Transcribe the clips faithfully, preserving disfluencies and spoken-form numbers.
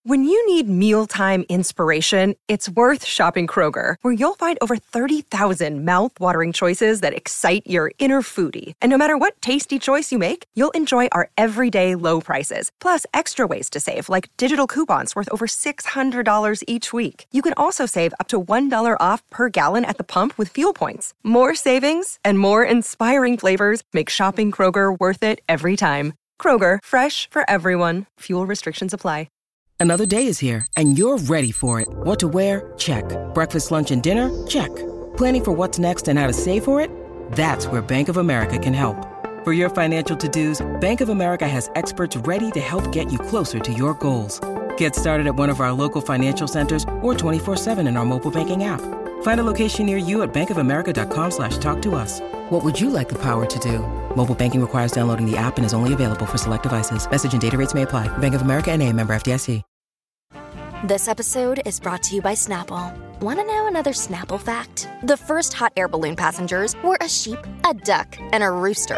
When you need mealtime inspiration, it's worth shopping Kroger, where you'll find over thirty thousand mouth-watering choices that excite your inner foodie. And no matter what tasty choice you make, you'll enjoy our everyday low prices, plus extra ways to save, like digital coupons worth over six hundred dollars each week. You can also save up to one dollar off per gallon at the pump with fuel points. More savings and more inspiring flavors make shopping Kroger worth it every time. Kroger, fresh for everyone. Fuel restrictions apply. Another day is here, and you're ready for it. What to wear? Check. Breakfast, lunch, and dinner? Check. Planning for what's next and how to save for it? That's where Bank of America can help. For your financial to-dos, Bank of America has experts ready to help get you closer to your goals. Get started at one of our local financial centers or twenty-four seven in our mobile banking app. Find a location near you at bankofamerica.com slash talk to us. What would you like the power to do? Mobile banking requires downloading the app and is only available for select devices. Message and data rates may apply. Bank of America N A, member F D I C. This episode is brought to you by Snapple. Want to know another Snapple fact? The first hot air balloon passengers were a sheep, a duck, and a rooster.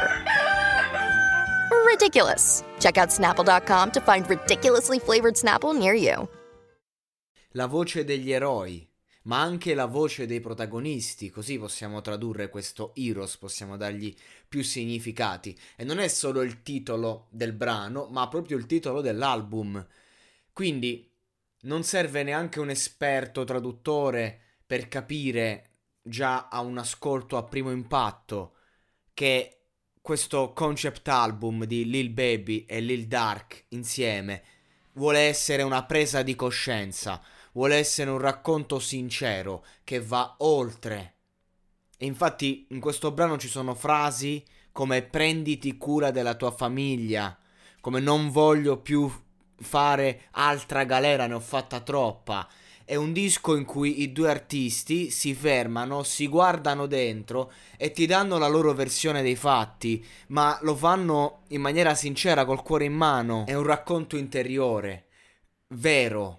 Ridiculous. Check out snapple dot com to find ridiculously flavored Snapple near you. La voce degli eroi, ma anche la voce dei protagonisti, così possiamo tradurre questo Heroes, possiamo dargli più significati. E non è solo il titolo del brano, ma proprio il titolo dell'album. Quindi non serve neanche un esperto traduttore per capire già a un ascolto a primo impatto che questo concept album di Lil Baby e Lil Durk insieme vuole essere una presa di coscienza, vuole essere un racconto sincero che va oltre. E infatti in questo brano ci sono frasi come prenditi cura della tua famiglia, come non voglio più fare altra galera, ne ho fatta troppa. È un disco in cui i due artisti si fermano, si guardano dentro e ti danno la loro versione dei fatti, ma lo fanno in maniera sincera, col cuore in mano. È un racconto interiore, vero,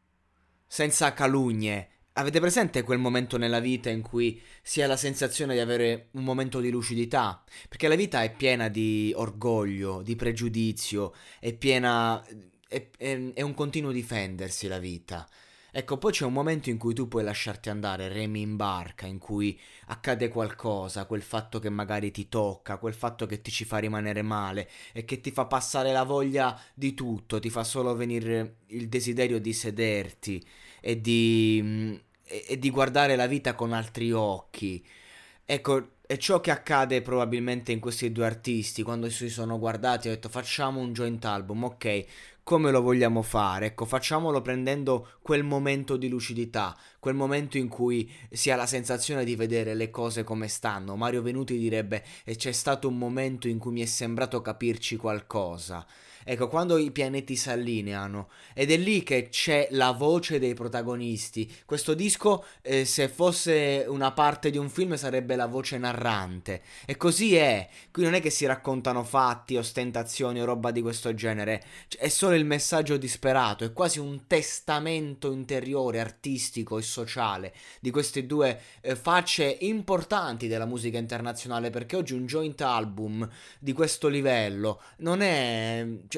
senza calunnie. Avete presente quel momento nella vita in cui si ha la sensazione di avere un momento di lucidità? Perché la vita è piena di orgoglio, di pregiudizio, è piena... è, è, è un continuo difendersi la vita. Ecco, poi c'è un momento in cui tu puoi lasciarti andare, remi in barca, in cui accade qualcosa, quel fatto che magari ti tocca, quel fatto che ti ci fa rimanere male e che ti fa passare la voglia di tutto, ti fa solo venire il desiderio di sederti e di, e, e di guardare la vita con altri occhi. Ecco, è ciò che accade probabilmente in questi due artisti quando si sono guardati e hanno detto facciamo un joint album, ok, come lo vogliamo fare? Ecco, facciamolo prendendo quel momento di lucidità, quel momento in cui si ha la sensazione di vedere le cose come stanno. Mario Venuti direbbe e c'è stato un momento in cui mi è sembrato capirci qualcosa. Ecco, quando i pianeti si allineano, ed è lì che c'è la voce dei protagonisti. Questo disco, eh, se fosse una parte di un film, sarebbe la voce narrante. E così è. Qui non è che si raccontano fatti, ostentazioni o roba di questo genere. È solo il messaggio disperato, è quasi un testamento interiore, artistico e sociale di queste due eh, facce importanti della musica internazionale, perché oggi un joint album di questo livello non è... Cioè,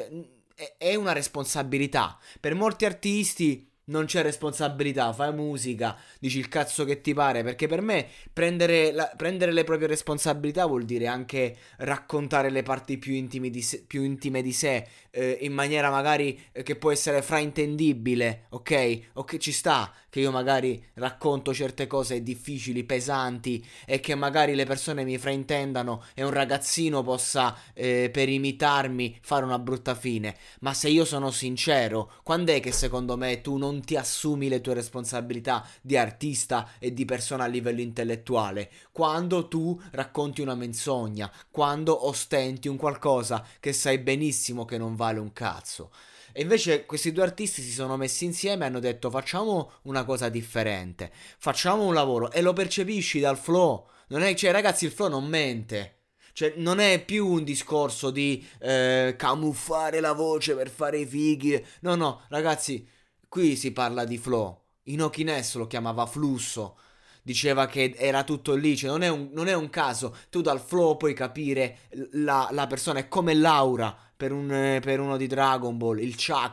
è una responsabilità. Per molti artisti non c'è responsabilità, fai musica, dici il cazzo che ti pare, perché per me prendere, la, prendere le proprie responsabilità vuol dire anche raccontare le parti più intime di sé, più intime di sé eh, in maniera magari eh, che può essere fraintendibile, ok? Ok, ci sta che io magari racconto certe cose difficili, pesanti e che magari le persone mi fraintendano e un ragazzino possa eh, per imitarmi fare una brutta fine, ma se io sono sincero, quando è che secondo me tu non ti assumi le tue responsabilità di artista e di persona a livello intellettuale? Quando tu racconti una menzogna, quando ostenti un qualcosa che sai benissimo che non vale un cazzo. E invece questi due artisti si sono messi insieme e hanno detto facciamo una cosa differente, facciamo un lavoro, e lo percepisci dal flow. Non è, cioè ragazzi, il flow non mente. Cioè non è più un discorso di eh, camuffare la voce per fare i fighi. No no ragazzi, qui si parla di flow. Inoki Ness lo chiamava flusso, diceva che era tutto lì, cioè non è un, non è un caso. Tu dal flow puoi capire la, la persona, è come l'aura per, un, per uno di Dragon Ball, il chakra,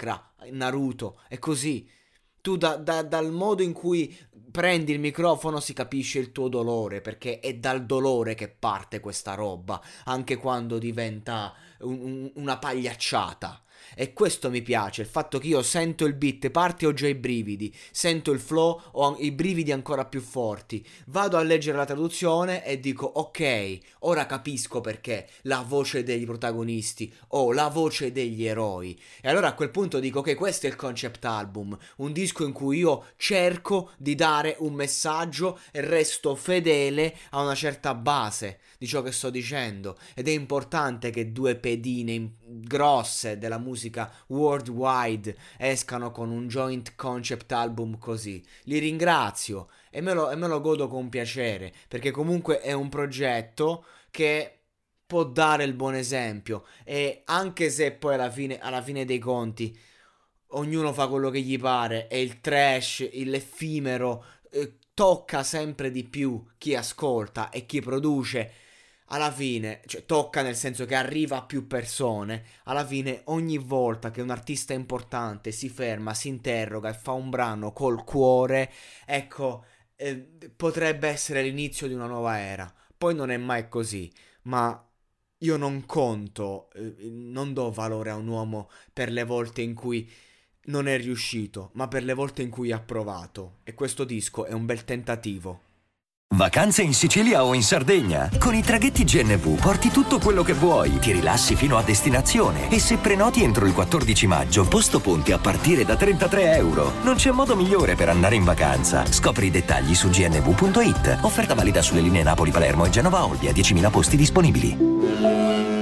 Naruto, è così. Tu da, da, dal modo in cui prendi il microfono si capisce il tuo dolore, perché è dal dolore che parte questa roba, anche quando diventa un, un, una pagliacciata. E questo mi piace, il fatto che io sento il beat, parte ho già i brividi, sento il flow, ho i brividi ancora più forti, vado a leggere la traduzione e dico ok, ora capisco perché la voce dei protagonisti o la voce degli eroi. E allora a quel punto dico ok, questo è il concept album, un disco in cui io cerco di dare un messaggio e resto fedele a una certa base di ciò che sto dicendo, ed è importante che due pedine grosse della musica worldwide escano con un joint concept album così. Li ringrazio e me lo, e me lo godo con piacere, perché comunque è un progetto che può dare il buon esempio, e anche se poi alla fine, alla fine dei conti ognuno fa quello che gli pare e il trash, l'effimero eh, tocca sempre di più chi ascolta e chi produce, alla fine, cioè tocca nel senso che arriva a più persone, alla fine ogni volta che un artista importante si ferma, si interroga e fa un brano col cuore, ecco, eh, potrebbe essere l'inizio di una nuova era. Poi non è mai così, ma io non conto, eh, non do valore a un uomo per le volte in cui non è riuscito, ma per le volte in cui ha provato, e questo disco è un bel tentativo. Vacanze in Sicilia o in Sardegna? Con i traghetti G N V porti tutto quello che vuoi, ti rilassi fino a destinazione e se prenoti entro il quattordici maggio, posto ponti a partire da trentatré euro. Non c'è modo migliore per andare in vacanza. Scopri i dettagli su g n v punto i t. Offerta valida sulle linee Napoli-Palermo e Genova-Olbia, diecimila posti disponibili.